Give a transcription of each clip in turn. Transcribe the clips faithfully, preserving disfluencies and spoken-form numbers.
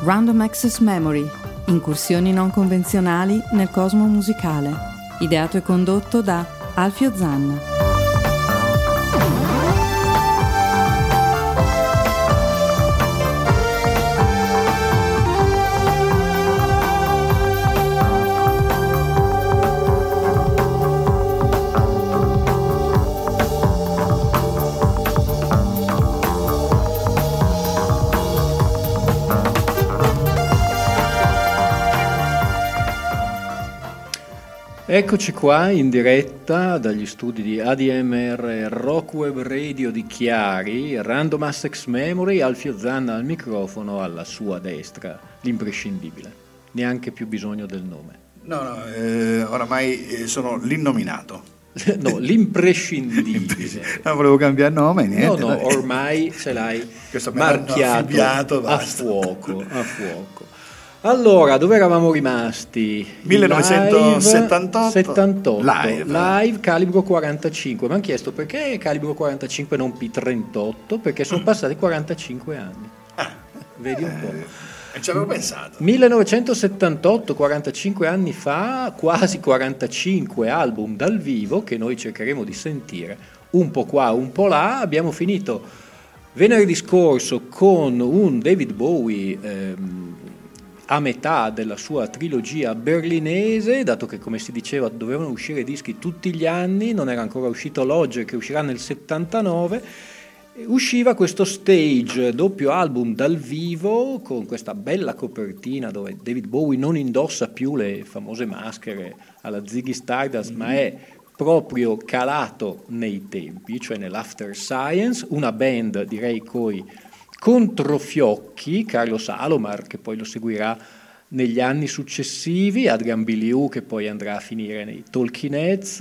Random Access Memory, incursioni non convenzionali nel cosmo musicale, ideato e condotto da Alfio Zanna. Eccoci qua in diretta dagli studi di A D M R Rock Web Radio di Chiari, Random Access Memory, Alfio Zanna al microfono, alla sua destra, l'imprescindibile, neanche più bisogno del nome. No, no, eh, oramai sono l'innominato. No, l'imprescindibile. Non volevo cambiare nome, niente. No, no, ormai ce l'hai Questo marchiato a fuoco, a fuoco. Allora, dove eravamo rimasti? millenovecentosettantotto settantotto live. live calibro quarantacinque. Mi hanno chiesto perché calibro quarantacinque non P trentotto, perché sono passati quarantacinque anni. Ah, Vedi un po'. E ci avevo pensato. millenovecentosettantotto, quarantacinque anni fa, quasi quarantacinque album dal vivo che noi cercheremo di sentire un po' qua, un po' là. Abbiamo finito venerdì scorso con un David Bowie ehm, a metà della sua trilogia berlinese, dato che, come si diceva, dovevano uscire dischi tutti gli anni, non era ancora uscito Lodger, che uscirà nel settantanove, usciva questo Stage, doppio album dal vivo, con questa bella copertina dove David Bowie non indossa più le famose maschere alla Ziggy Stardust, mm-hmm. ma è proprio calato nei tempi, cioè nell'After Science, una band, direi, coi controfiocchi, Carlo Salomar che poi lo seguirà negli anni successivi, Adrian Biliou che poi andrà a finire nei Talking Heads,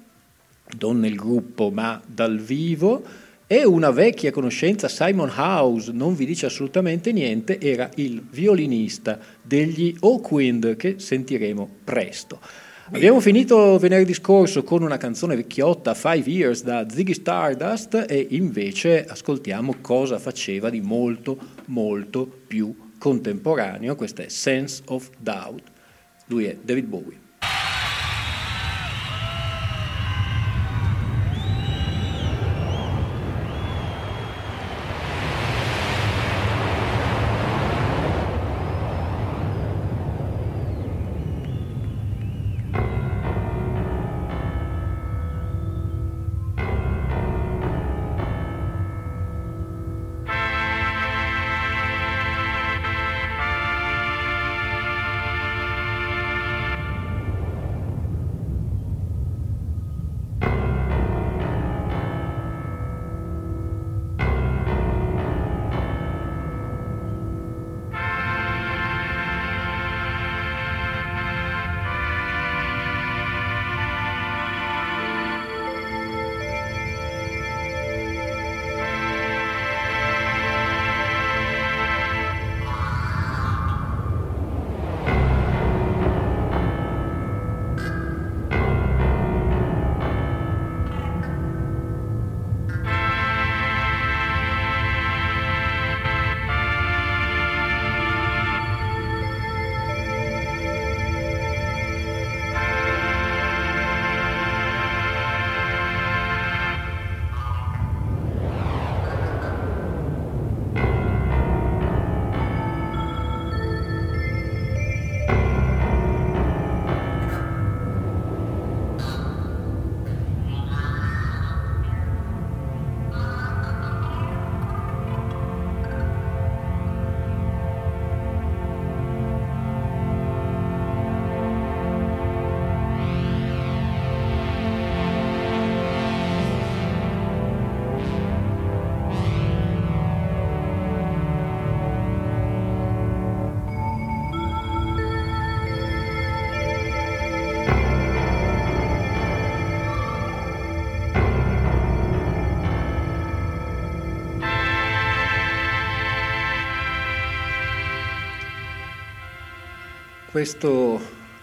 non nel gruppo ma dal vivo, e una vecchia conoscenza, Simon House, non vi dice assolutamente niente, era il violinista degli Hawkwind che sentiremo presto. Abbiamo finito venerdì scorso con una canzone vecchiotta, Five Years, da Ziggy Stardust, e invece ascoltiamo cosa faceva di molto, molto più contemporaneo. Questa è Sense of Doubt. Lui è David Bowie. Questo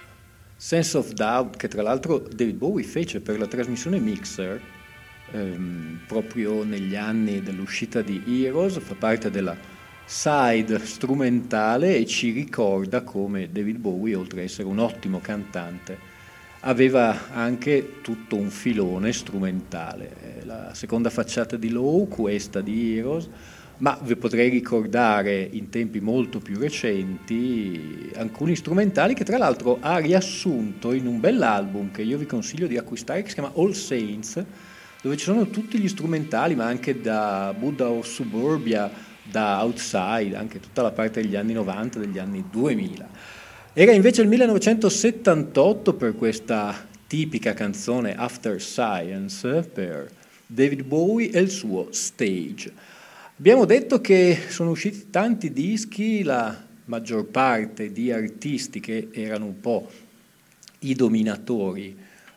Sense of Doubt, che tra l'altro David Bowie fece per la trasmissione Mixer ehm, proprio negli anni dell'uscita di Heroes, fa parte della side strumentale e ci ricorda come David Bowie, oltre ad essere un ottimo cantante, aveva anche tutto un filone strumentale. La seconda facciata di Low, questa di Heroes, ma vi potrei ricordare in tempi molto più recenti alcuni strumentali che tra l'altro ha riassunto in un bell'album che io vi consiglio di acquistare, che si chiama All Saints, dove ci sono tutti gli strumentali, ma anche da Buddha of Suburbia, da Outside, anche tutta la parte degli anni novanta, degli anni duemila. Era invece il millenovecentosettantotto per questa tipica canzone After Science per David Bowie e il suo Stage. Abbiamo detto che sono usciti tanti dischi, la maggior parte di artisti che erano un po' i dominatori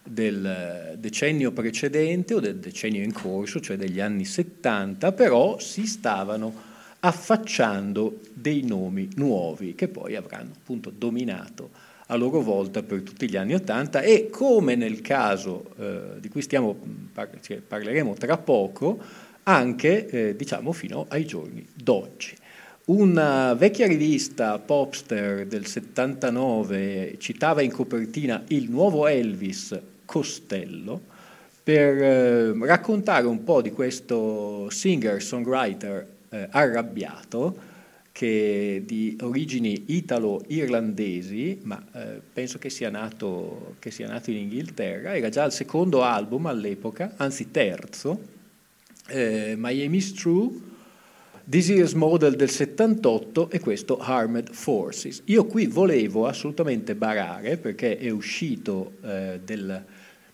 del decennio precedente o del decennio in corso, cioè degli anni settanta, però si stavano affacciando dei nomi nuovi che poi avranno appunto dominato a loro volta per tutti gli anni ottanta e, come nel caso eh, di cui stiamo par- cioè, parleremo tra poco, anche eh, diciamo fino ai giorni d'oggi. Una vecchia rivista Popster del settantanove citava in copertina il nuovo Elvis Costello per eh, raccontare un po' di questo singer-songwriter eh, arrabbiato che di origini italo-irlandesi, ma eh, penso che sia nato, che sia nato in Inghilterra. Era già il secondo album all'epoca, anzi terzo, Eh, Miami's True, This Year's Model del settantotto e questo Armed Forces. Io qui volevo assolutamente barare, perché è uscito eh, del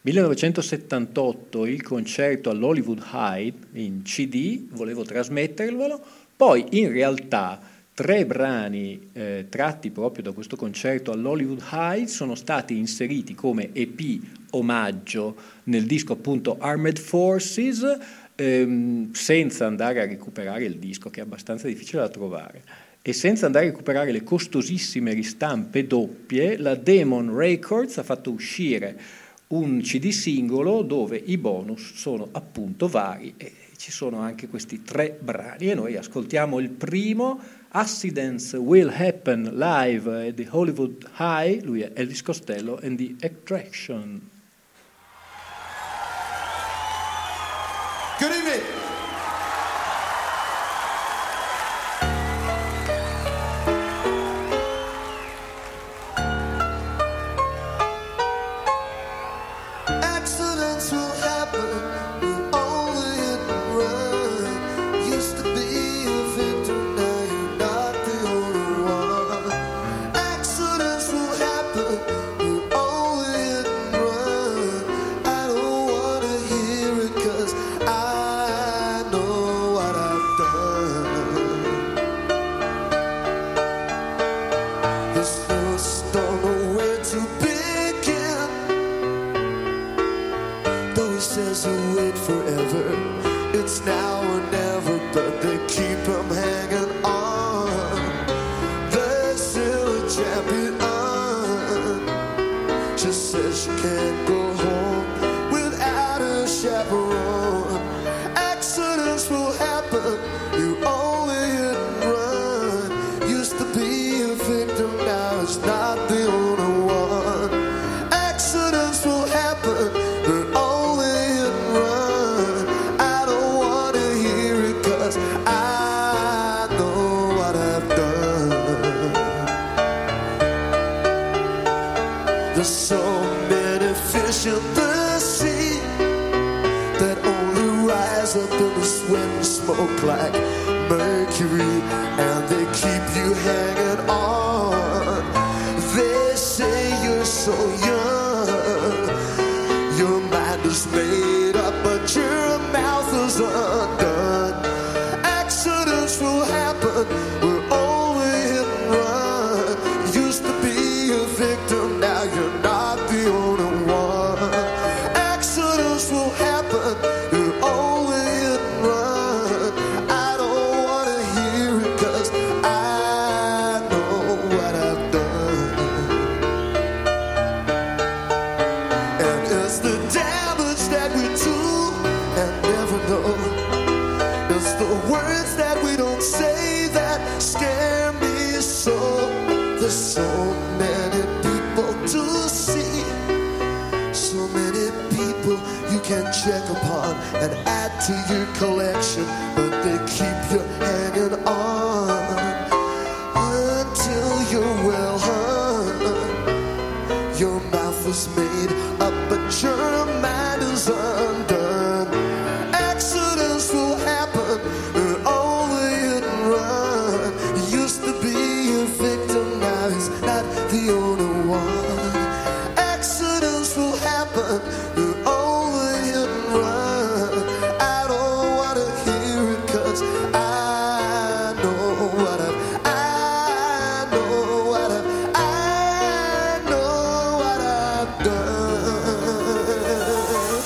millenovecentosettantotto il concerto all'Hollywood High in C D, volevo trasmettervelo, poi in realtà tre brani eh, tratti proprio da questo concerto all'Hollywood High sono stati inseriti come E P omaggio nel disco appunto Armed Forces, ehm, senza andare a recuperare il disco, che è abbastanza difficile da trovare, e senza andare a recuperare le costosissime ristampe doppie. La Demon Records ha fatto uscire un C D singolo dove i bonus sono appunto vari e ci sono anche questi tre brani, e noi ascoltiamo il primo, Accidents Will Happen, live at the Hollywood High. Lui è Elvis Costello and the Attraction. Good evening. Accidents will happen, you only hit and run. Used to be a victim, now you're not the only one. Accidents will happen, you only hit and run. I don't wanna hear it, 'cause I know what I've done. It's just don't know where to begin. Though he says he'll wait forever, it's now or never, but they keep him hanging on. There's still a champion. She says she can't go home without a chaperone. Accidents will happen, you only hit and run. Used to be a victim, now it's not the only one. Accidents will happen, but only hit and run. I don't wanna hear it, 'cause I know what I've done. There's so many fish in the sea that only rise up in the sweat and smoke like mercury, and they keep you hanging on. They say you're so young, your mind is made up, but your mouth is undone. Accidents will happen, we're only hit and run. Used to be a victim, now you're not the only one. Accidents will happen, you're only hit and run. I don't wanna hear it, 'cause I know There's so many people to see, so many people you can check upon and add to your collection, but they keep you hanging on until you're well hung. Your mouth was made up, but your mind is undone. Accidents will happen, and all the hit and run. You used to be a victim, now he's not the only one. Accidents will happen, and all the hit and run. I don't wanna hear it, 'cause I know what I've, I know what I've, I know what I've done.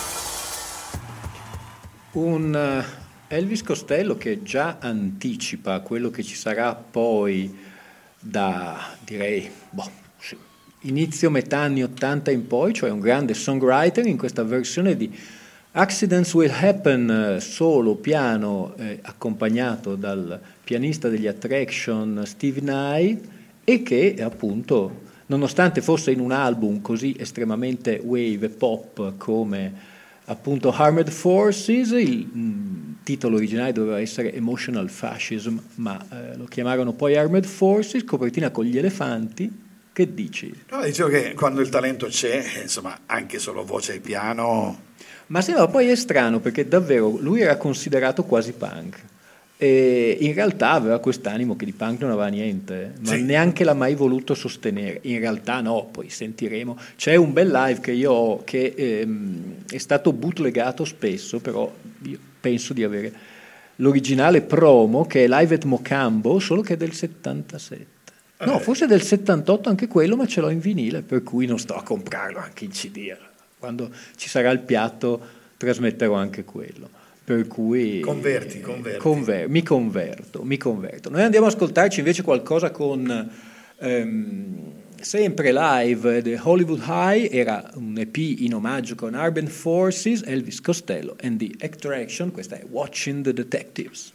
Un eh, Elvis Costello che già anticipa quello che ci sarà poi da, direi, boh, sì, inizio metà anni ottanta in poi, cioè un grande songwriter in questa versione di Accidents Will Happen, eh, solo piano, eh, accompagnato dal pianista degli Attraction Steve Nye, e che appunto, nonostante fosse in un album così estremamente wave e pop come appunto Armed Forces, il mh, titolo originale doveva essere Emotional Fascism, ma eh, lo chiamarono poi Armed Forces, copertina con gli elefanti. Che dici? No, dicevo che quando il talento c'è, insomma, anche solo voce e piano. Ma sembra poi è strano, perché davvero lui era considerato quasi punk e in realtà aveva quest'animo che di punk non aveva niente, ma Sì. neanche l'ha mai voluto sostenere. In realtà no, poi sentiremo. C'è un bel live che io ho che ehm, è stato bootlegato spesso, però io penso di avere l'originale promo, che è Live at Mocambo, solo che è del settantasette. No, Eh. forse è del settantotto anche quello, ma ce l'ho in vinile, per cui non sto a comprarlo anche in C D. Quando ci sarà il piatto trasmetterò anche quello. Per cui Converti, converti. conver- mi converto, mi converto. Noi andiamo ad ascoltarci invece qualcosa con ehm, sempre live The Hollywood High, era un E P in omaggio con Armed Forces, Elvis Costello and the Attraction, questa è Watching the Detectives.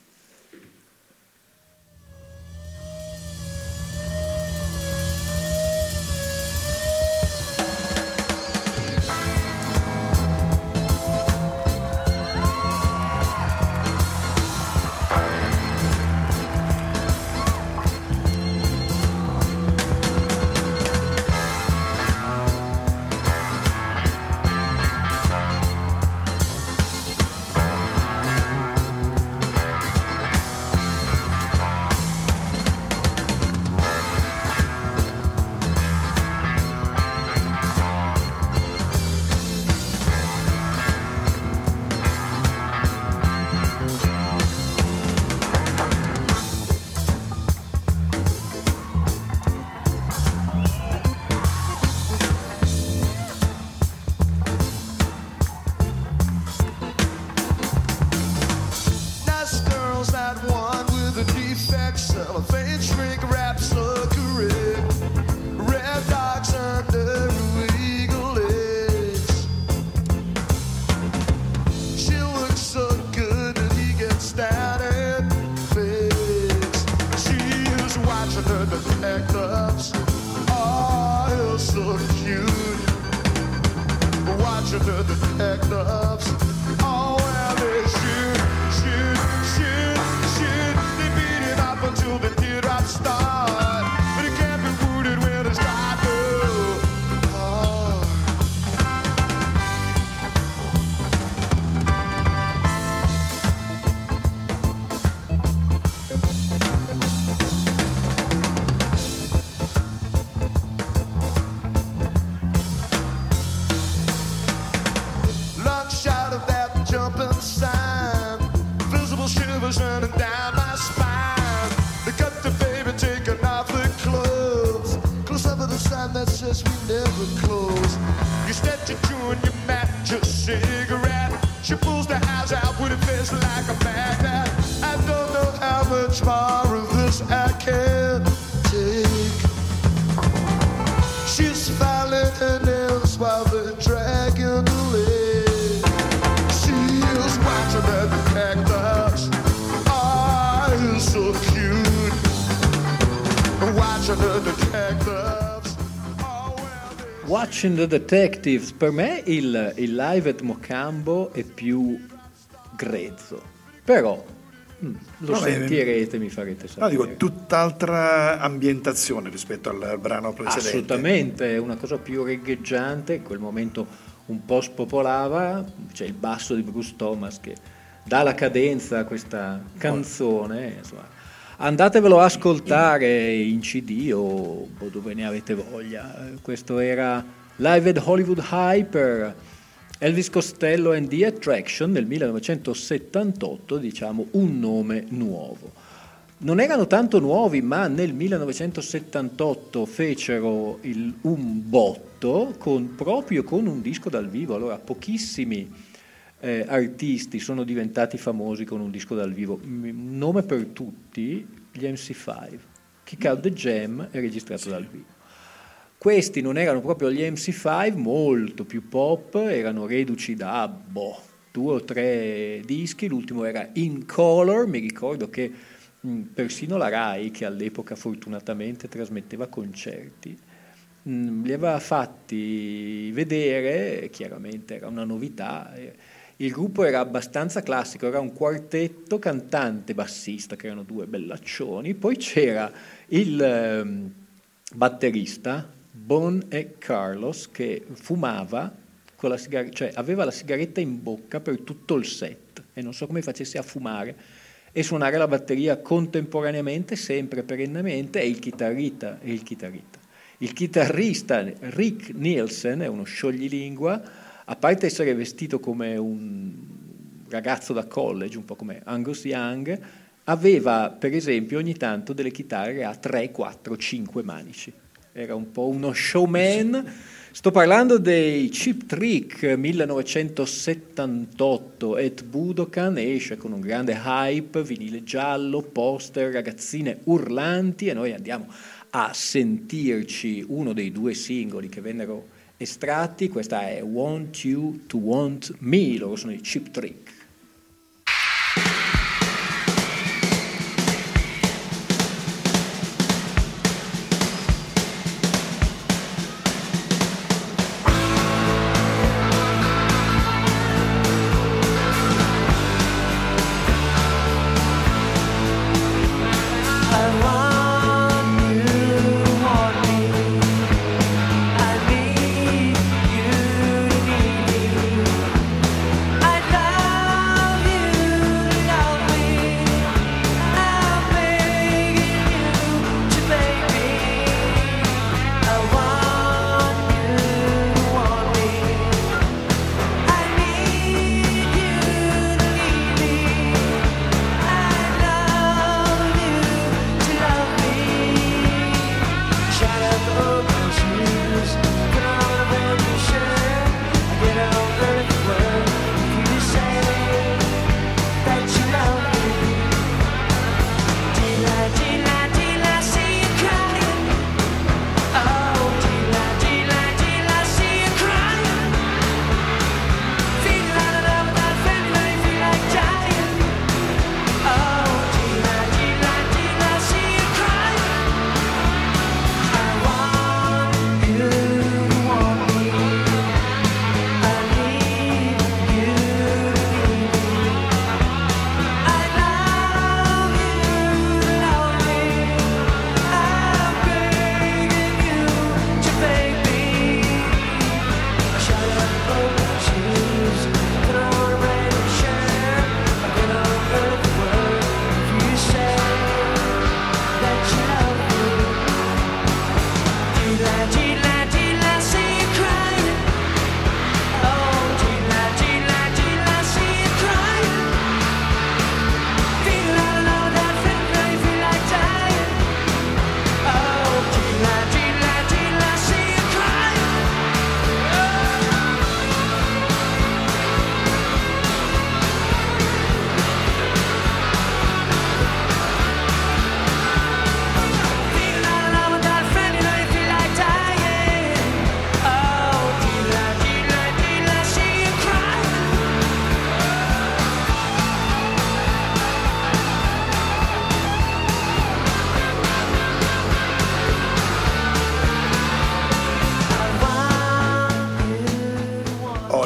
watching the detectives. Watching the Detectives, per me il, il live at Mocambo è più grezzo, però mm, lo No, sentirete, mi farete sapere. No, dico, tutt'altra ambientazione rispetto al brano precedente. Assolutamente, è una cosa più regheggiante, in quel momento un po' spopolava, c'è il basso di Bruce Thomas che dà la cadenza a questa canzone, insomma. Andatevelo a ascoltare in C D o dove ne avete voglia. Questo era Live at Hollywood High per Elvis Costello and the Attraction nel millenovecentosettantotto, diciamo un nome nuovo. Non erano tanto nuovi, ma nel millenovecentosettantotto fecero il, un botto con, proprio con un disco dal vivo. Allora pochissimi Eh, artisti sono diventati famosi con un disco dal vivo. Un nome per tutti, gli M C cinque. Kick Out the Jam è registrato sì. dal vivo. Questi non erano proprio gli M C cinque, molto più pop, erano reduci da boh, due o tre dischi, l'ultimo era In Color. Mi ricordo che mh, persino la Rai, che all'epoca fortunatamente trasmetteva concerti, mh, li aveva fatti vedere, chiaramente era una novità. Eh, Il gruppo era abbastanza classico, era un quartetto, cantante, bassista, che erano due bellaccioni, poi c'era il eh, batterista, Bon e Carlos, che fumava, con la sigar- cioè aveva la sigaretta in bocca per tutto il set, e non so come facesse a fumare e suonare la batteria contemporaneamente, sempre perennemente, e il chitarrista, e il chitarrista. Il chitarrista Rick Nielsen è uno scioglilingua, a parte essere vestito come un ragazzo da college, un po' come Angus Young, aveva per esempio ogni tanto delle chitarre a tre, quattro, cinque manici. Era un po' uno showman. Sto parlando dei Cheap Trick, millenovecentosettantotto, at Budokan, esce con un grande hype, vinile giallo, poster, ragazzine urlanti, e noi andiamo a sentirci uno dei due singoli che vennero estratti. Questa è Want You to Want Me, loro sono i Cheap Trick. I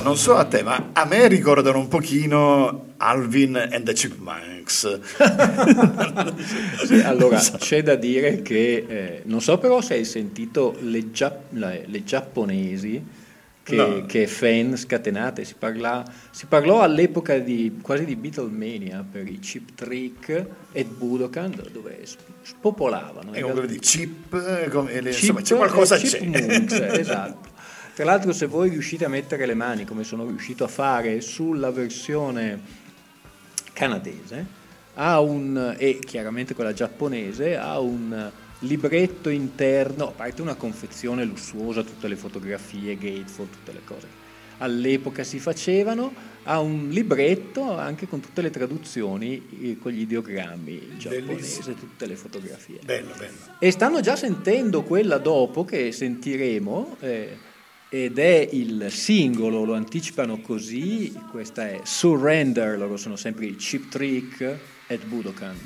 non so a te, ma a me ricordano un pochino Alvin and the Chipmunks. Sì, allora c'è da dire che eh, non so però se hai sentito le, gia- le, le giapponesi che, no. che fan scatenate, si, parla, si parlò all'epoca di, quasi di Beatlemania per i Chip Trick e Budokan, dove spopolavano. È quello di Chip, come le, Chip, insomma c'è qualcosa Chip c'è. Munks, esatto. Tra l'altro se voi riuscite a mettere le mani, come sono riuscito a fare, sulla versione canadese, ha un, e chiaramente quella giapponese, ha un libretto interno, a parte una confezione lussuosa, tutte le fotografie, gatefold, tutte le cose all'epoca si facevano, ha un libretto anche con tutte le traduzioni, con gli ideogrammi giapponesi, tutte le fotografie. Bello, bello. E stanno già sentendo quella dopo che sentiremo, eh, ed è il singolo, lo anticipano così, questa è Surrender, loro sono sempre i Chip Trick e Budokan.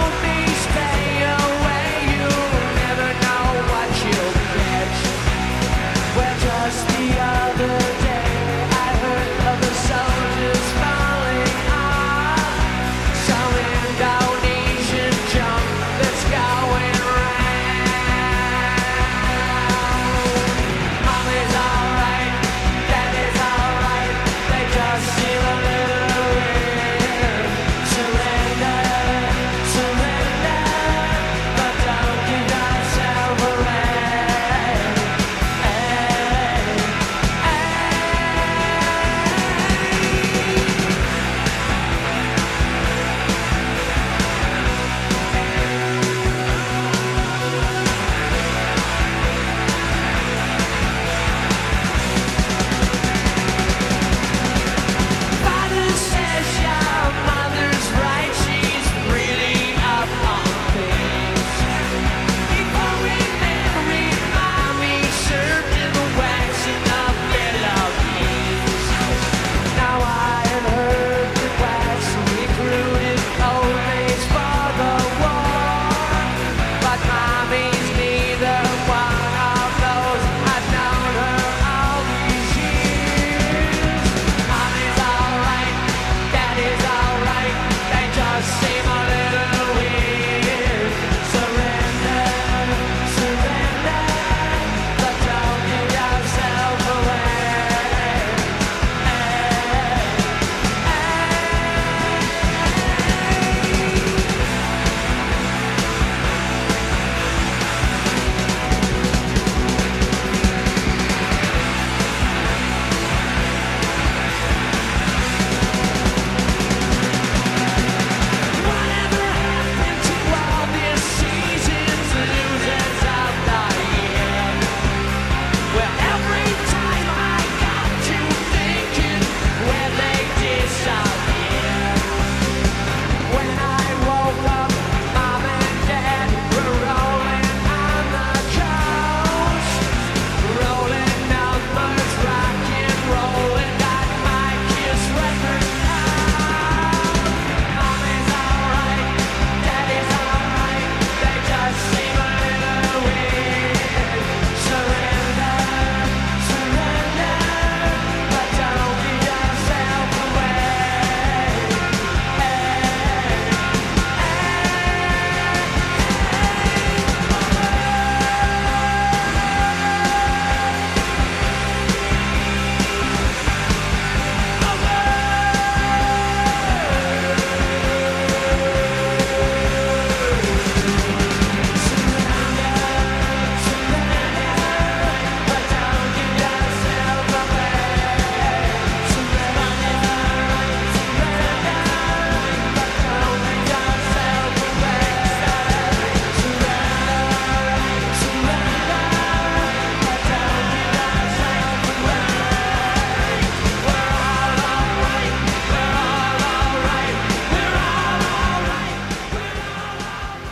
Stay away, you'll never know what you'll get.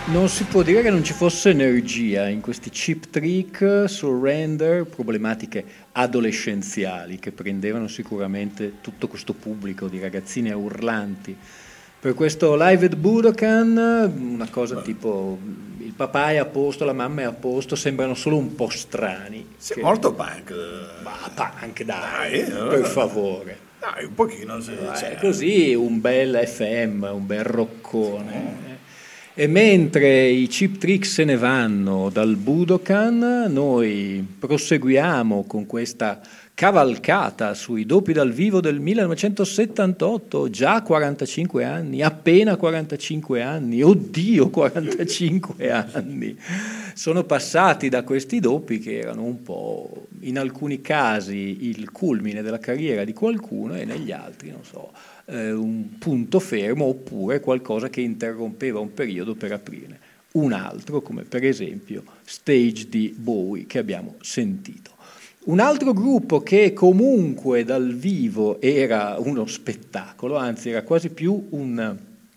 Non si può dire che non ci fosse energia in questi Cheap Trick, Surrender, problematiche adolescenziali che prendevano sicuramente tutto questo pubblico di ragazzine urlanti. Per questo Live at Budokan, una cosa Beh. tipo il papà è a posto, la mamma è a posto, sembrano solo un po' strani. Sì, che... molto punk. Ma punk, dai, dai per favore. Dai, un pochino. Sì, cioè, così un bel F M, un bel roccone. Sì. E mentre i Cheap Trick se ne vanno dal Budokan, noi proseguiamo con questa cavalcata sui doppi dal vivo del millenovecentosettantotto, già quarantacinque anni, appena quarantacinque anni, oddio quarantacinque anni. Sono passati da questi doppi che erano un po', in alcuni casi, il culmine della carriera di qualcuno e negli altri, non so, eh, un punto fermo oppure qualcosa che interrompeva un periodo per aprire un altro, come per esempio Stage di Bowie che abbiamo sentito. Un altro gruppo che comunque dal vivo era uno spettacolo, anzi era quasi più un,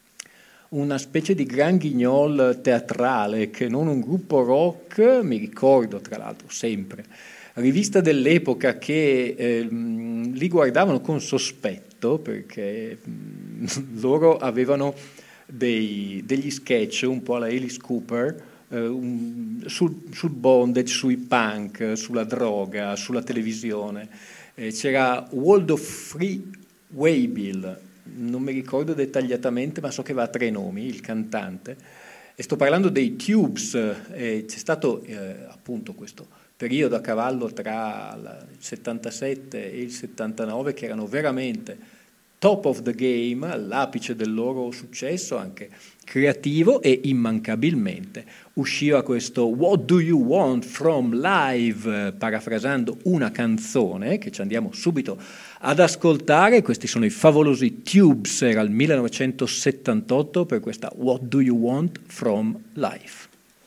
una specie di gran guignol teatrale che non un gruppo rock, mi ricordo tra l'altro sempre, rivista dell'epoca che eh, li guardavano con sospetto perché mh, loro avevano dei, degli sketch un po' alla Alice Cooper, Um, sul, sul bondage, sui punk, sulla droga, sulla televisione. Eh, c'era Waldorf Free Waybill, non mi ricordo dettagliatamente, ma so che aveva tre nomi, il cantante. E sto parlando dei Tubes, eh, c'è stato eh, appunto questo periodo a cavallo tra il settantasette e il settantanove che erano veramente top of the game, all'apice del loro successo anche creativo, e immancabilmente usciva questo What Do You Want From Live, parafrasando una canzone che ci andiamo subito ad ascoltare. Questi sono i favolosi Tubes, era il millenovecentosettantotto per questa What Do You Want From Life.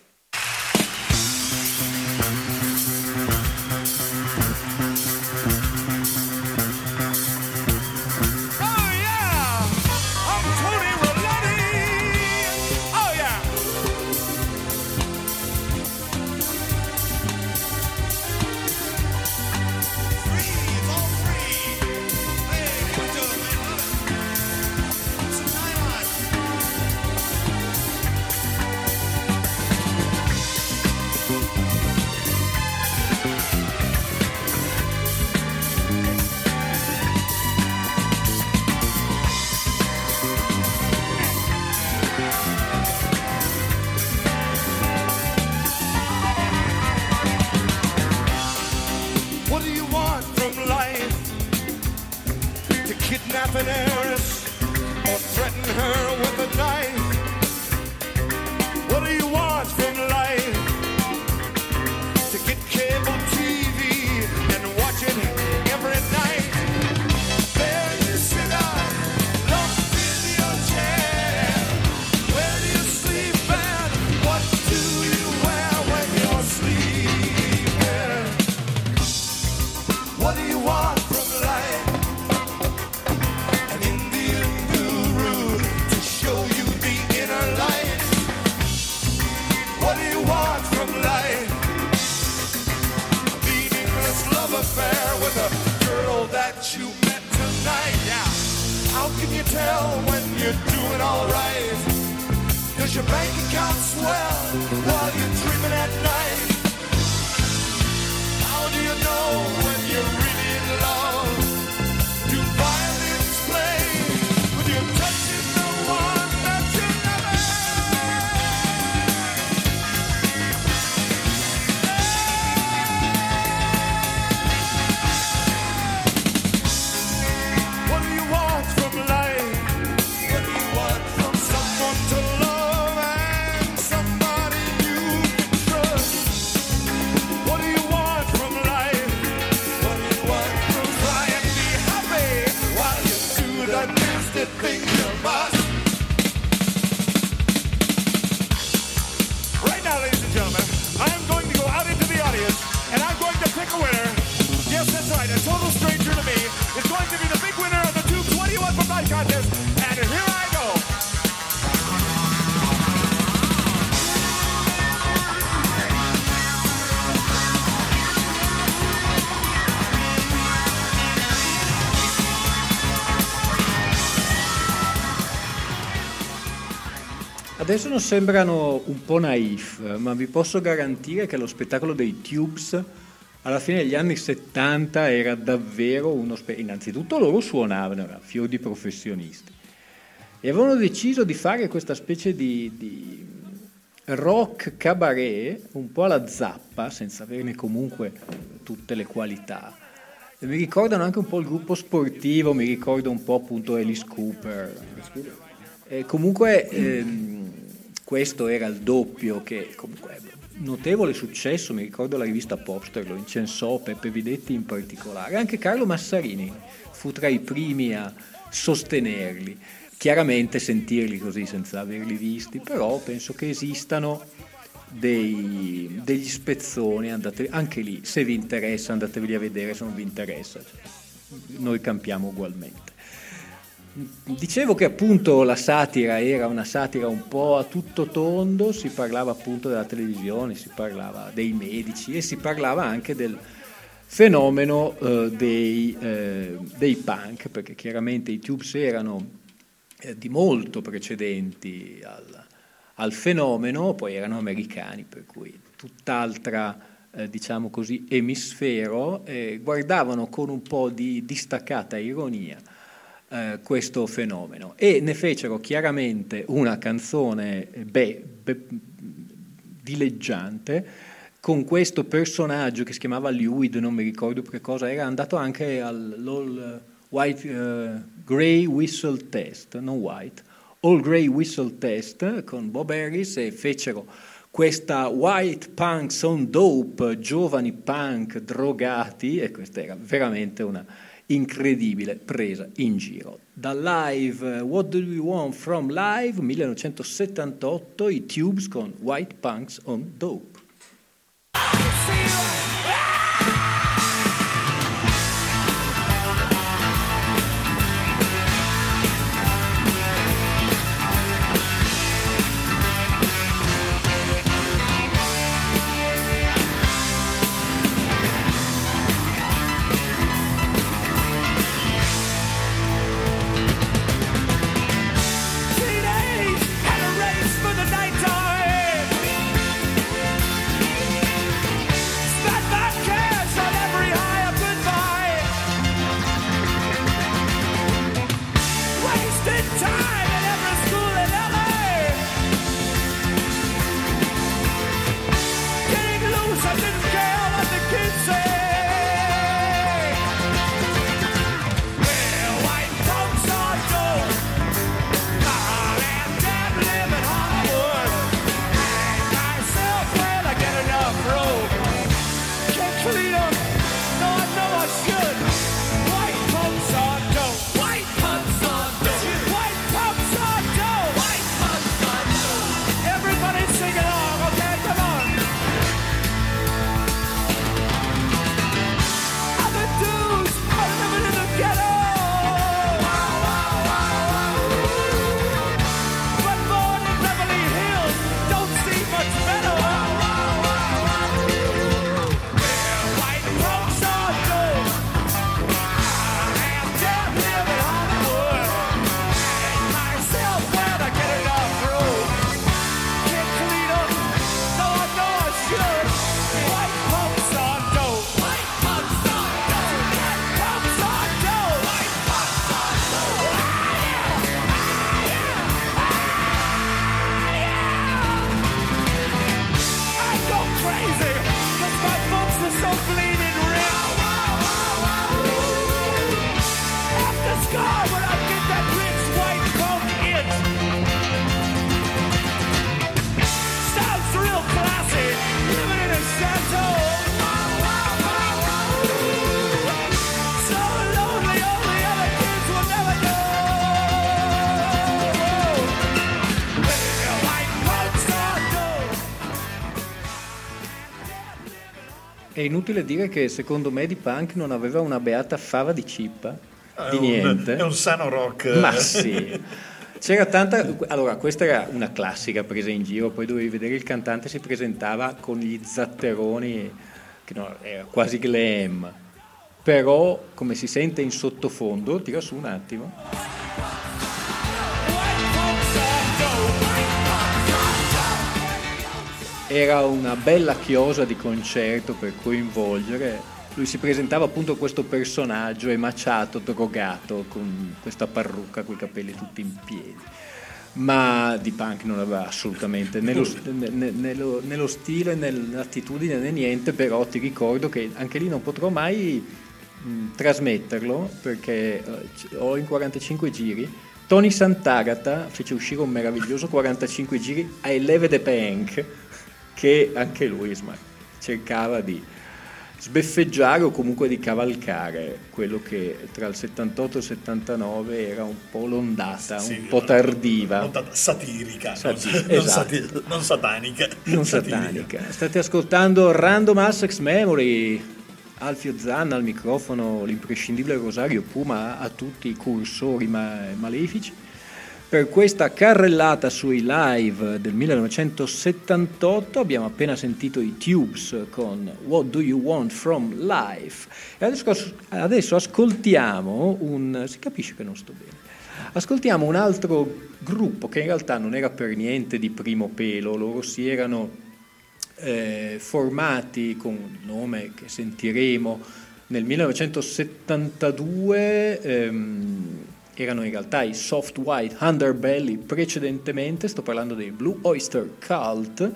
An heiress or threaten her with a knife. What do you want from life? To get cable T V and watch it every night. There you sit down, locked in your chair. Where do you sleep and what do you wear when you're sleeping? What do you want from life? Affair with a girl that you met tonight. Yeah. How can you tell when you're doing all right? Does your bank account swell while you're dreaming at night? How do you know when you're really in love? Do violins play when you're touching the one that you never? Contest, and here I go. Adesso non sembrano un po' naif, ma vi posso garantire che lo spettacolo dei Tubes alla fine degli anni settanta era davvero uno spettacolo. Innanzitutto loro suonavano, erano fior di professionisti, e avevano deciso di fare questa specie di, di rock cabaret un po' alla Zappa, senza averne comunque tutte le qualità. E mi ricordano anche un po' il gruppo sportivo, mi ricordo un po' appunto Alice Cooper. E comunque ehm, questo era il doppio che comunque notevole successo, mi ricordo la rivista Popster lo incensò, Peppe Videtti in particolare, anche Carlo Massarini fu tra i primi a sostenerli. Chiaramente sentirli così senza averli visti, però penso che esistano dei, degli spezzoni, andate, anche lì, se vi interessa andateveli a vedere, se non vi interessa, cioè, noi campiamo ugualmente. Dicevo che appunto la satira era una satira un po' a tutto tondo, si parlava appunto della televisione, si parlava dei medici e si parlava anche del fenomeno eh, dei, eh, dei punk, perché chiaramente i Tubes erano di molto precedenti al, al fenomeno, poi erano americani, per cui tutt'altra eh, diciamo così emisfero, eh, guardavano con un po' di distaccata ironia eh, questo fenomeno e ne fecero chiaramente una canzone beh, beh, dileggiante con questo personaggio che si chiamava Lewid, non mi ricordo che cosa, era andato anche al White uh, Grey Whistle Test, non White, All Grey Whistle Test con Bob Harris e fecero questa White Punks on Dope, giovani punk drogati, e questa era veramente una incredibile presa in giro. Da live, uh, What Do We Want From Live, millenovecentosettantotto, i Tubes con White Punks on Dope. È inutile dire che secondo me di punk non aveva una beata fava di cippa, è di un, niente. È un sano rock. Ma sì. C'era tanta... Allora, questa era una classica presa in giro, poi dovevi vedere il cantante si presentava con gli zatteroni, che no, era quasi glam. Però, come si sente in sottofondo, tira su un attimo. era una bella chiosa di concerto per coinvolgere. Lui si presentava appunto questo personaggio emaciato, drogato, con questa parrucca, coi capelli tutti in piedi, ma di punk non aveva assolutamente né lo, né, né, né lo, né lo stile né l'attitudine né niente. Però ti ricordo che anche lì non potrò mai mh, trasmetterlo, perché uh, ho in quarantacinque giri. Tony Sant'Agata fece uscire un meraviglioso quarantacinque giri I Leve the Punk, che anche lui insomma, cercava di sbeffeggiare o comunque di cavalcare quello che tra il settantotto e il settantanove era un po' l'ondata, sì, un po' tardiva, l'ondata satirica, Sati- non, esatto. non, sati- non satanica, non satanica. State ascoltando Random Access Memory, Alfio Zanna al microfono, l'imprescindibile Rosario Puma a tutti i cursori ma- malefici. Per questa carrellata sui live del millenovecentosettantotto abbiamo appena sentito i Tubes con What Do You Want From Life, e adesso, adesso ascoltiamo un... si capisce che non sto bene. Ascoltiamo un altro gruppo che in realtà non era per niente di primo pelo. Loro si erano eh, formati con un nome che sentiremo nel millenovecentosettantadue. Ehm, erano in realtà i Soft White Underbelly precedentemente, sto parlando dei Blue Oyster Cult.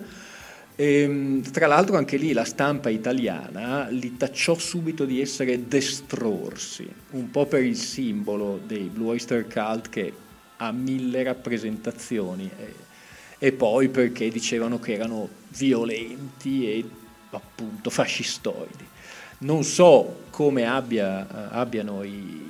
E, tra l'altro anche lì la stampa italiana li tacciò subito di essere destrorsi, un po' per il simbolo dei Blue Oyster Cult che ha mille rappresentazioni, e, e poi perché dicevano che erano violenti e appunto fascistoidi. Non so come abbia, abbiano i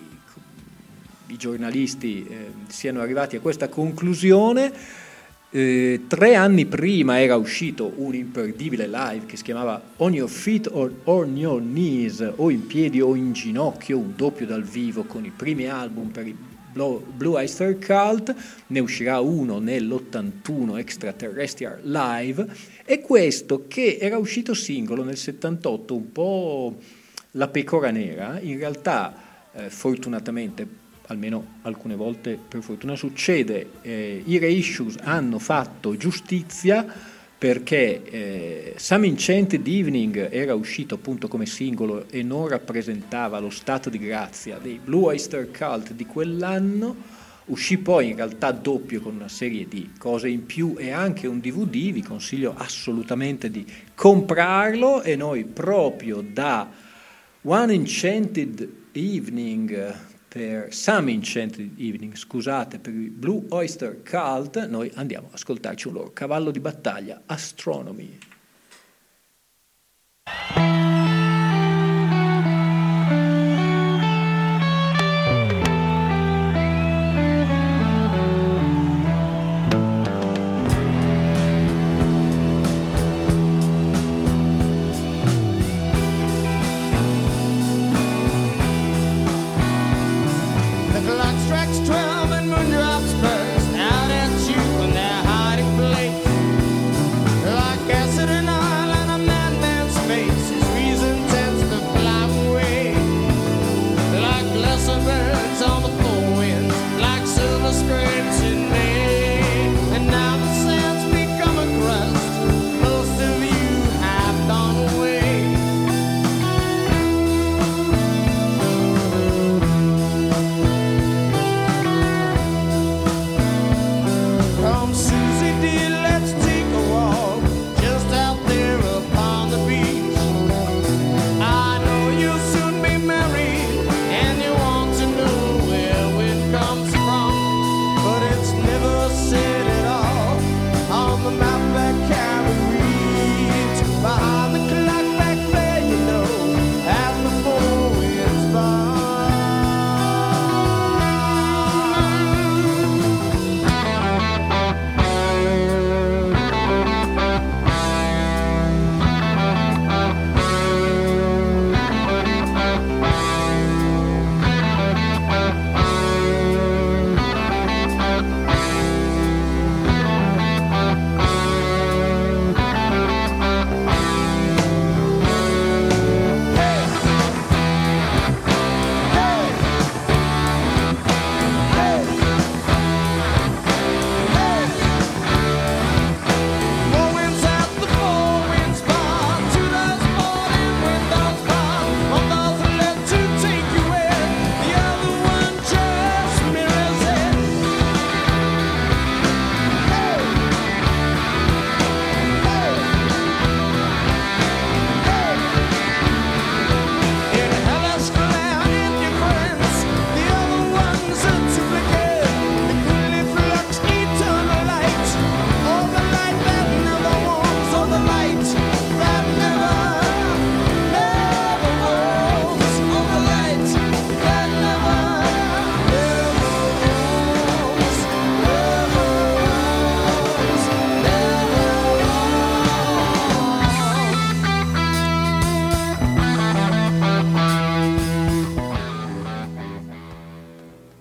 i giornalisti eh, siano arrivati a questa conclusione. Eh, tre anni prima era uscito un imperdibile live che si chiamava On Your Feet or On Your Knees, o in piedi o in ginocchio, un doppio dal vivo con i primi album per i Blue Oyster Cult. Ne uscirà uno nell'ottantuno, Extraterrestrial Live, e questo che era uscito singolo nel settantotto, un po' la pecora nera, in realtà eh, fortunatamente, almeno alcune volte per fortuna succede, eh, i reissues hanno fatto giustizia, perché eh, Some Enchanted Evening era uscito appunto come singolo e non rappresentava lo stato di grazia dei Blue Oyster Cult di quell'anno. Uscì poi in realtà doppio con una serie di cose in più e anche un D V D, vi consiglio assolutamente di comprarlo, e noi proprio da One Enchanted Evening per Some Enchanted Evening, scusate, per i Blue Oyster Cult, noi andiamo ad ascoltarci un loro cavallo di battaglia, Astronomy.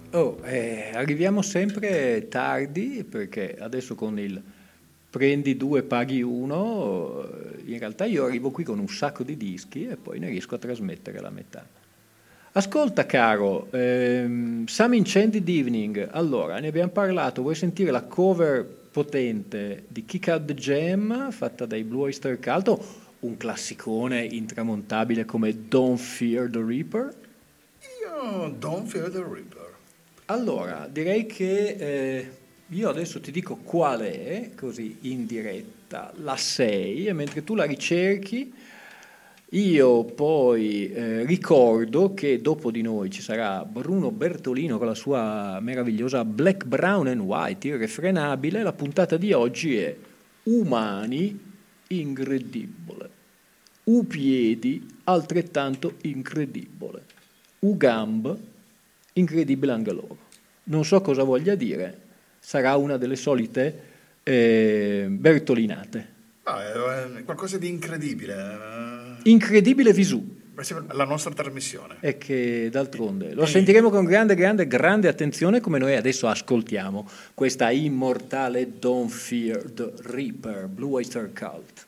Oh, eh, arriviamo sempre tardi perché adesso con il prendi due, paghi uno, in realtà io arrivo qui con un sacco di dischi e poi ne riesco a trasmettere la metà. Ascolta caro, ehm, Some Enchanted Evening, allora ne abbiamo parlato, vuoi sentire la cover potente di Kick Out the Jam fatta dai Blue Oyster Cult o un classicone intramontabile come Don't Fear the Reaper? Io Don't Fear the Reaper. Allora, direi che eh, io adesso ti dico qual è, così in diretta, la sei, e mentre tu la ricerchi, io poi eh, ricordo che dopo di noi ci sarà Bruno Bertolino con la sua meravigliosa Black, Brown and White, irrefrenabile. La puntata di oggi è Umani, incredibile. U piedi, altrettanto incredibile. U gamb, incredibile anche loro. Non so cosa voglia dire, sarà una delle solite eh, bertolinate. Ah, è qualcosa di incredibile. Incredibile visù. La nostra trasmissione. E che d'altronde lo sentiremo con grande, grande, grande attenzione come noi adesso ascoltiamo questa immortale Don't Fear the Reaper, Blue Oyster Cult.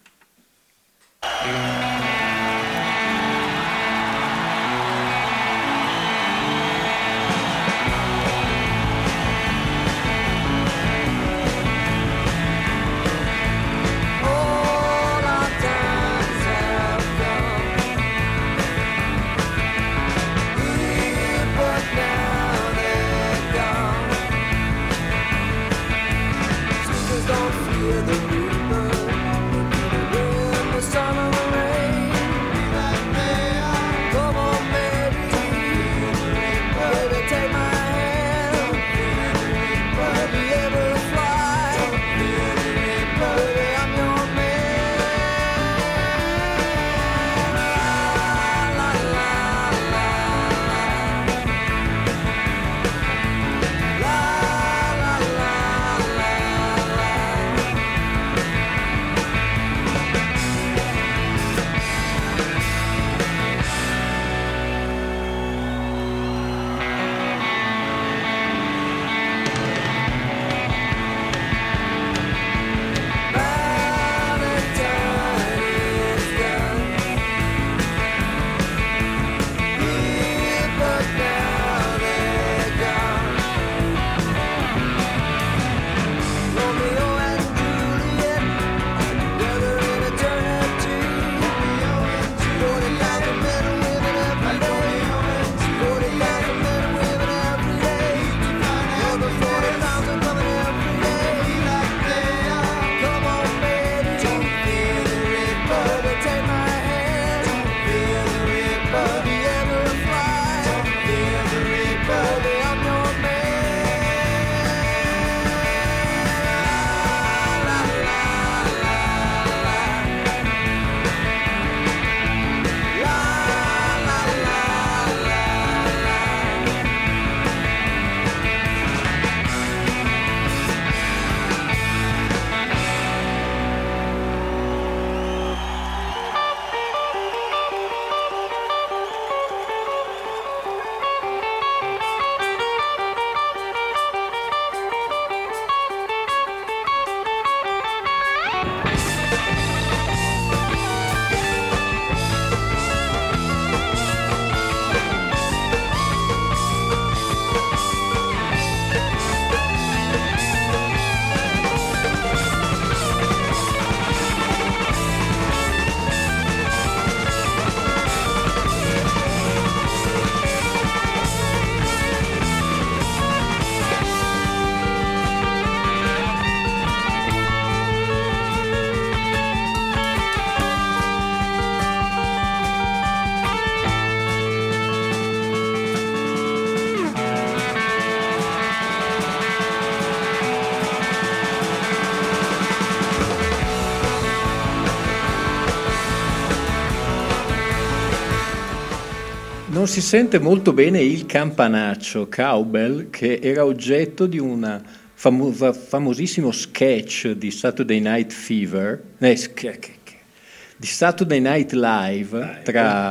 Non si sente molto bene il campanaccio, cowbell, che era oggetto di un famo- famosissimo sketch di Saturday Night Fever, eh, di Saturday Night Live, tra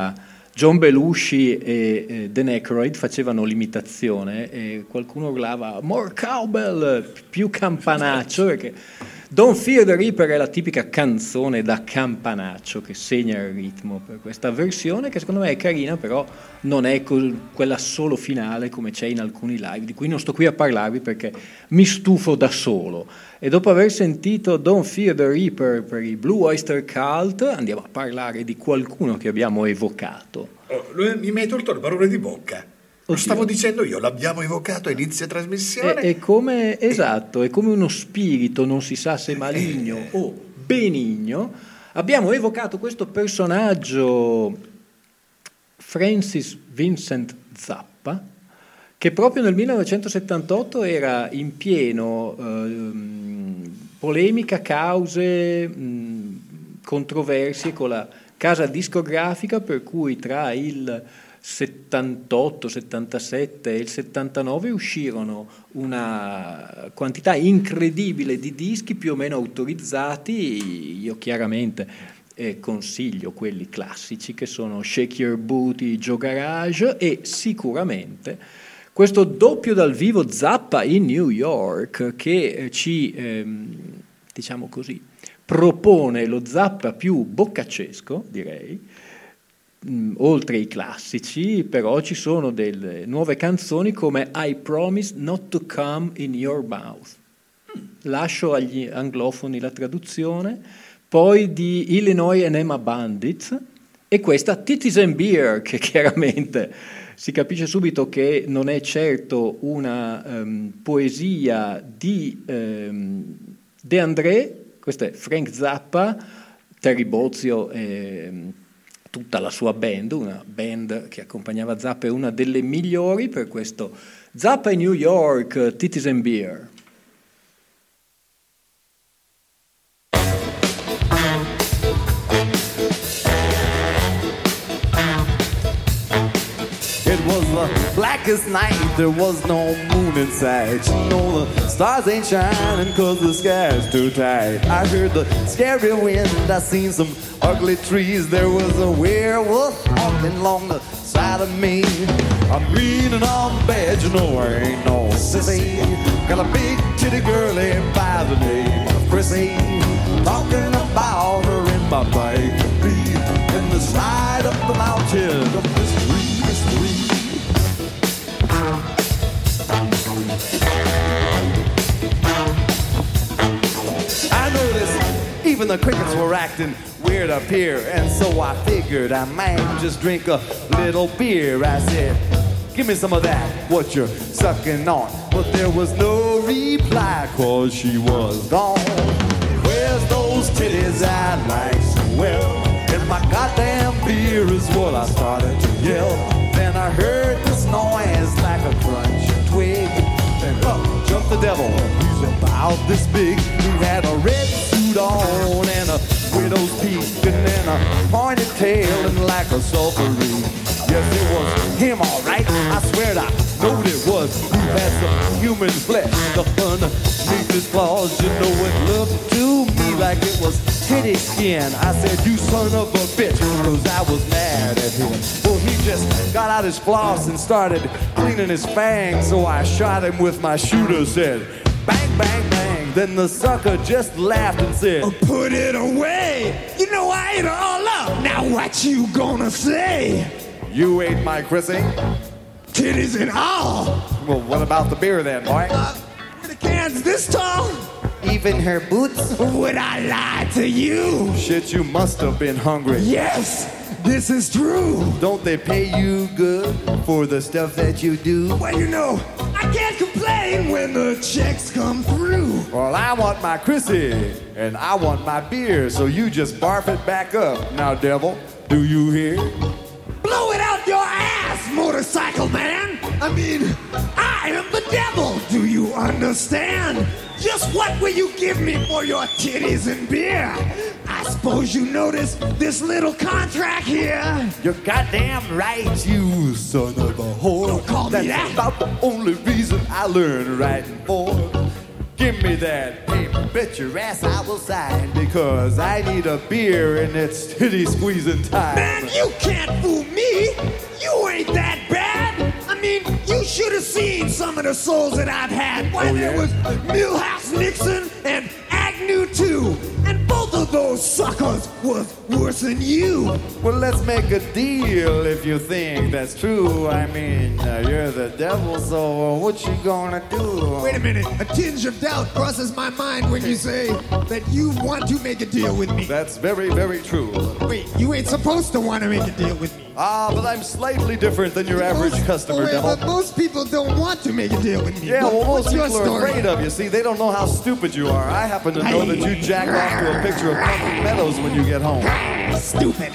John Belushi e eh, Dan Aykroyd facevano l'imitazione e qualcuno urlava more cowbell, più campanaccio, perché Don't Fear the Reaper è la tipica canzone da campanaccio che segna il ritmo per questa versione, che secondo me è carina, però non è col- quella solo finale come c'è in alcuni live, di cui non sto qui a parlarvi perché mi stufo da solo. E dopo aver sentito Don't Fear the Reaper per i Blue Oyster Cult, andiamo a parlare di qualcuno che abbiamo evocato. Oh, mi hai tolto le parole di bocca. Lo Oddio. stavo dicendo io, l'abbiamo evocato a inizio trasmissione. È, è come, esatto, è come uno spirito, non si sa se maligno o benigno. Abbiamo evocato questo personaggio, Francis Vincent Zappa, che proprio nel millenovecentosettantotto era in pieno ehm, polemica, cause, mh, controversie con la casa discografica, per cui tra il settantotto, settantasette e il settantanove uscirono una quantità incredibile di dischi più o meno autorizzati. Io chiaramente eh, consiglio quelli classici che sono Shake Your Booty, Joe Garage e sicuramente questo doppio dal vivo Zappa in New York che eh, ci, ehm, diciamo così, propone lo Zappa più boccaccesco, direi. Mm, oltre i classici, però ci sono delle nuove canzoni come I Promise Not to Come in Your Mouth. Lascio agli anglofoni la traduzione, poi di Illinois and Emma Bandits e questa Titties and Beer, che chiaramente si capisce subito che non è certo una um, poesia di um, De André, questo è Frank Zappa, Terry Bozzio e tutta la sua band, una band che accompagnava Zappa, è una delle migliori per questo Zappa in New York, Titties and Beer. It was the blackest night, there was no moon in sight. You know the stars ain't shining cause the sky's too tight. I heard the scary wind, I seen some ugly trees. There was a werewolf walking along the side of me. I'm mean and I'm bad, you know I ain't no sissy. Got a big titty girlie by the name of Chrissy. Talking about her in my bike. In the side of the mountain of mystery, mystery. I noticed even the crickets were acting weird up here, and so I figured I might just drink a little beer. I said, give me some of that, what you're sucking on. But there was no reply, cause she was gone. Where's those titties I'd like so well? And my goddamn beer is what I started to yell. Then I heard this noise like a crunching twig. And up jumped the devil, he's about this big. He had a red suit on and a widow's peak and then a pointed tail and like a sulphurine. Yes, it was him, all right. I swear I knowed it was. He had some human flesh stuck underneath his claws. You know, it looked to me like it was titty skin. I said, you son of a bitch, cause I was mad at him. Well, he just got out his floss and started cleaning his fangs. So I shot him with my shooter, said, bang, bang, bang. Then the sucker just laughed and said, oh, put it away. You know I ate her all up. Now what you gonna say? You ate my Chrissy? Titties and all. Well, what about the beer then, boy? Uh, the cans this tall? Even her boots? Would I lie to you? Shit, you must have been hungry. Yes, this is true. Don't they pay you good for the stuff that you do? Well, you know, I can't complain when the checks come through. Well, I want my Chrissy, and I want my beer, so you just barf it back up. Now, devil, do you hear? Blow it out your ass, motorcycle man. I mean, I am the devil. Do you understand? Just what will you give me for your titties and beer? I suppose you noticed this little contract here. You're goddamn right, you son of a whore. Don't call me That's that. about the only reason I learned writing for. Give me that paper. bet your ass I will sign, because I need a beer and it's titty squeezing time. Man, you can't fool me. You ain't that bad. I mean, you should have seen some of the souls that I've had. Why, Oh, there yeah? was Milhouse Nixon and Agnew too. And both of those suckers was worse than you. Well, let's make a deal if you think that's true. I mean, uh, you're the devil, so uh, what you gonna do? Wait a minute. A tinge of doubt crosses my mind when you say that you want to make a deal with me. That's very, very true. Wait, you ain't supposed to want to make a deal with me. Ah, but I'm slightly different than your average Most- customer, wait, devil. But most people don't want to make a deal with me. Yeah, What- well, most what's your people are story? afraid of you. See, they don't know how stupid you are. I happen to know that you jacked off to a picture of Pumpkin Meadows when you get home. Stupid.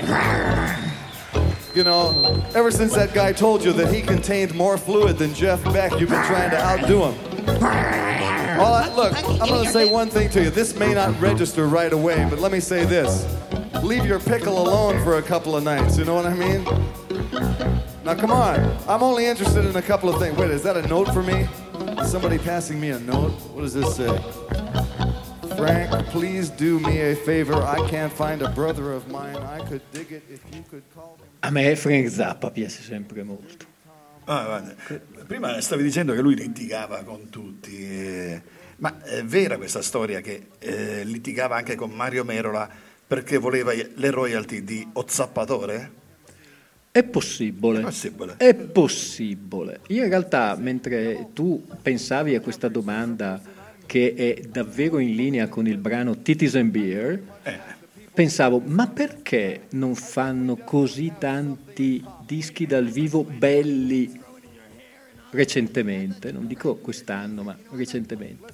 You know, ever since that guy told you that he contained more fluid than Jeff Beck, you've been trying to outdo him. All I, look, I'm going to say one thing to you. This may not register right away, but let me say this. Leave your pickle alone for a couple of nights, you know what I mean? Now, come on. I'm only interested in a couple of things. Wait, is that a note for me? Is somebody passing me a note? What does this say? Frank, please do me a favor. I can't find a brother of mine. I could dig it if you could call him. A me Frank Zappa piace sempre molto. Ah, guarda, prima stavi dicendo che lui litigava con tutti, eh, ma è vera questa storia che eh, litigava anche con Mario Merola perché voleva le royalty di Ozzappatore? È possibile. È possibile. È possibile. Io in realtà, mentre tu pensavi a questa domanda che è davvero in linea con il brano Titties and Beer, Eh. pensavo, ma perché non fanno così tanti dischi dal vivo belli recentemente? Non dico quest'anno, ma recentemente.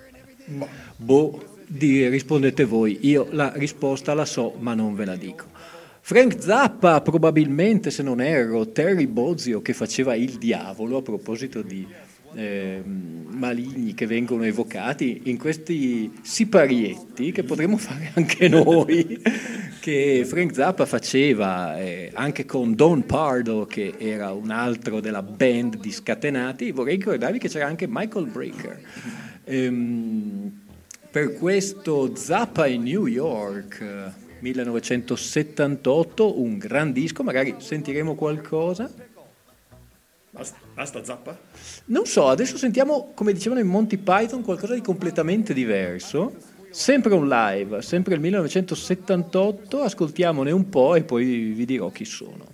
Boh, di, rispondete voi. Io la risposta la so, ma non ve la dico. Frank Zappa, probabilmente, se non erro, Terry Bozzio che faceva il diavolo, a proposito di eh, maligni che vengono evocati in questi siparietti che potremmo fare anche noi, che Frank Zappa faceva eh, anche con Don Pardo, che era un altro della band di Scatenati. Vorrei ricordarvi che c'era anche Michael Brecker. Ehm, per questo Zappa in New York, eh, millenovecentosettantotto, un gran disco, magari sentiremo qualcosa. Basta, basta Zappa? Non so, adesso sentiamo, come dicevano in Monty Python, qualcosa di completamente diverso. Sempre un live, sempre il millenovecentosettantotto, ascoltiamone un po' e poi vi dirò chi sono.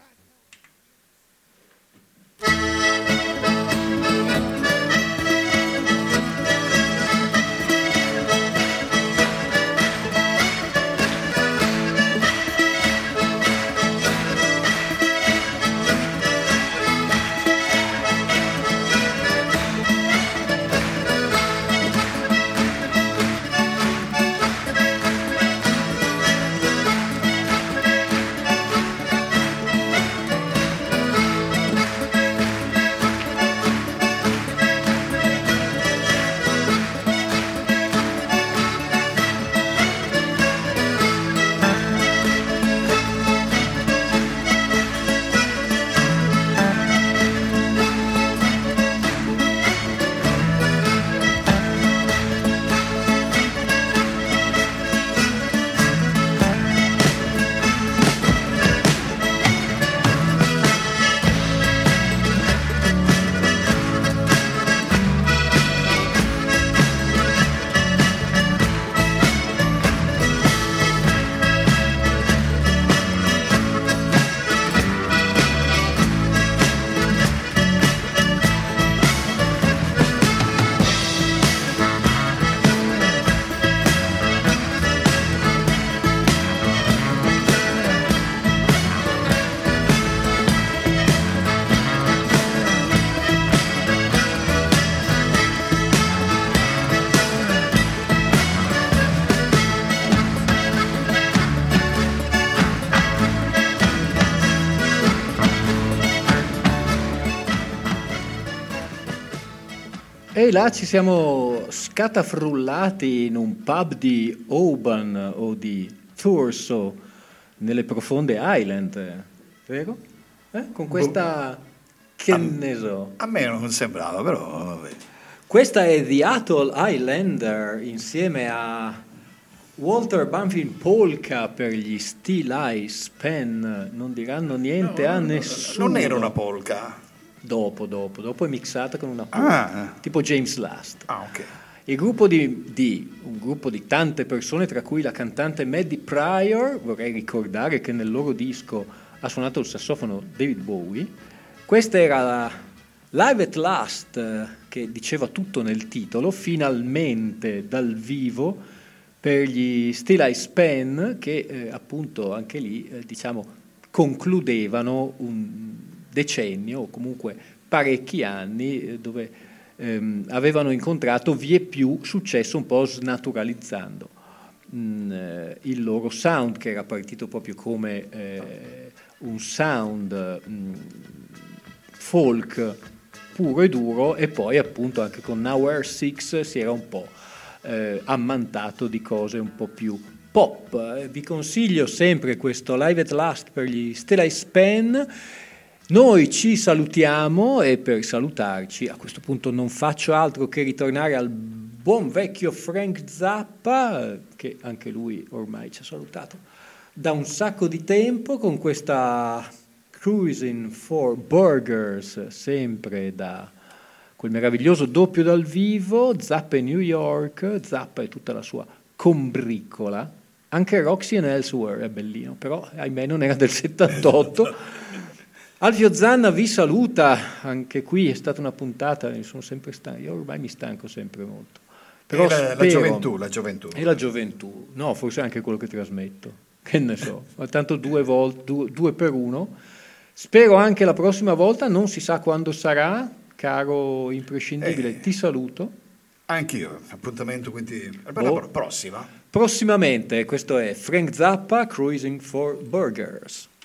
E là ci siamo scatafrullati in un pub di Oban o di Thurso, nelle profonde Highland, vero? Eh? Con questa, che a, ne so. A me non sembrava, però vabbè. Questa è The Atoll Highlander insieme a Walter Banfield Polka per gli Steel Eyes Pen. Non diranno niente no, a no, nessuno. Non era una polka. Dopo, dopo, dopo è mixata con una polka, Ah. tipo James Last. Ah, ok. Il gruppo di, di un gruppo di tante persone, tra cui la cantante Maddie Pryor, vorrei ricordare che nel loro disco ha suonato il sassofono David Bowie. Questa era la Live at Last, eh, che diceva tutto nel titolo, finalmente dal vivo per gli Steel Eyes Pen, che eh, appunto anche lì eh, diciamo concludevano un decennio o comunque parecchi anni eh, dove ehm, avevano incontrato vie più successo, un po' snaturalizzando mh, eh, il loro sound, che era partito proprio come eh, un sound mh, folk puro e duro, e poi appunto anche con Now We're Six si era un po' eh, ammantato di cose un po' più pop. Eh, vi consiglio sempre questo Live at Last per gli Steel Eyes Pen. Noi ci salutiamo e per salutarci a questo punto non faccio altro che ritornare al buon vecchio Frank Zappa, che anche lui ormai ci ha salutato da un sacco di tempo, con questa Cruising for Burgers, sempre da quel meraviglioso doppio dal vivo, Zappa e New York, Zappa e tutta la sua combriccola, anche Roxy and Elsewhere è bellino, però ahimè non era del settantotto. Alfio Zanna vi saluta, anche qui è stata una puntata, mi sono sempre stanco, io ormai mi stanco sempre molto. Però la, spero, la gioventù, la gioventù. E la gioventù, no, forse anche quello che trasmetto, che ne so, ma tanto due, volte, due, due per uno. Spero anche la prossima volta, non si sa quando sarà, caro imprescindibile, Eh. ti saluto. Anch'io, appuntamento quindi per la Boh. prossima. Prossimamente, questo è Frank Zappa, Cruising for Burgers.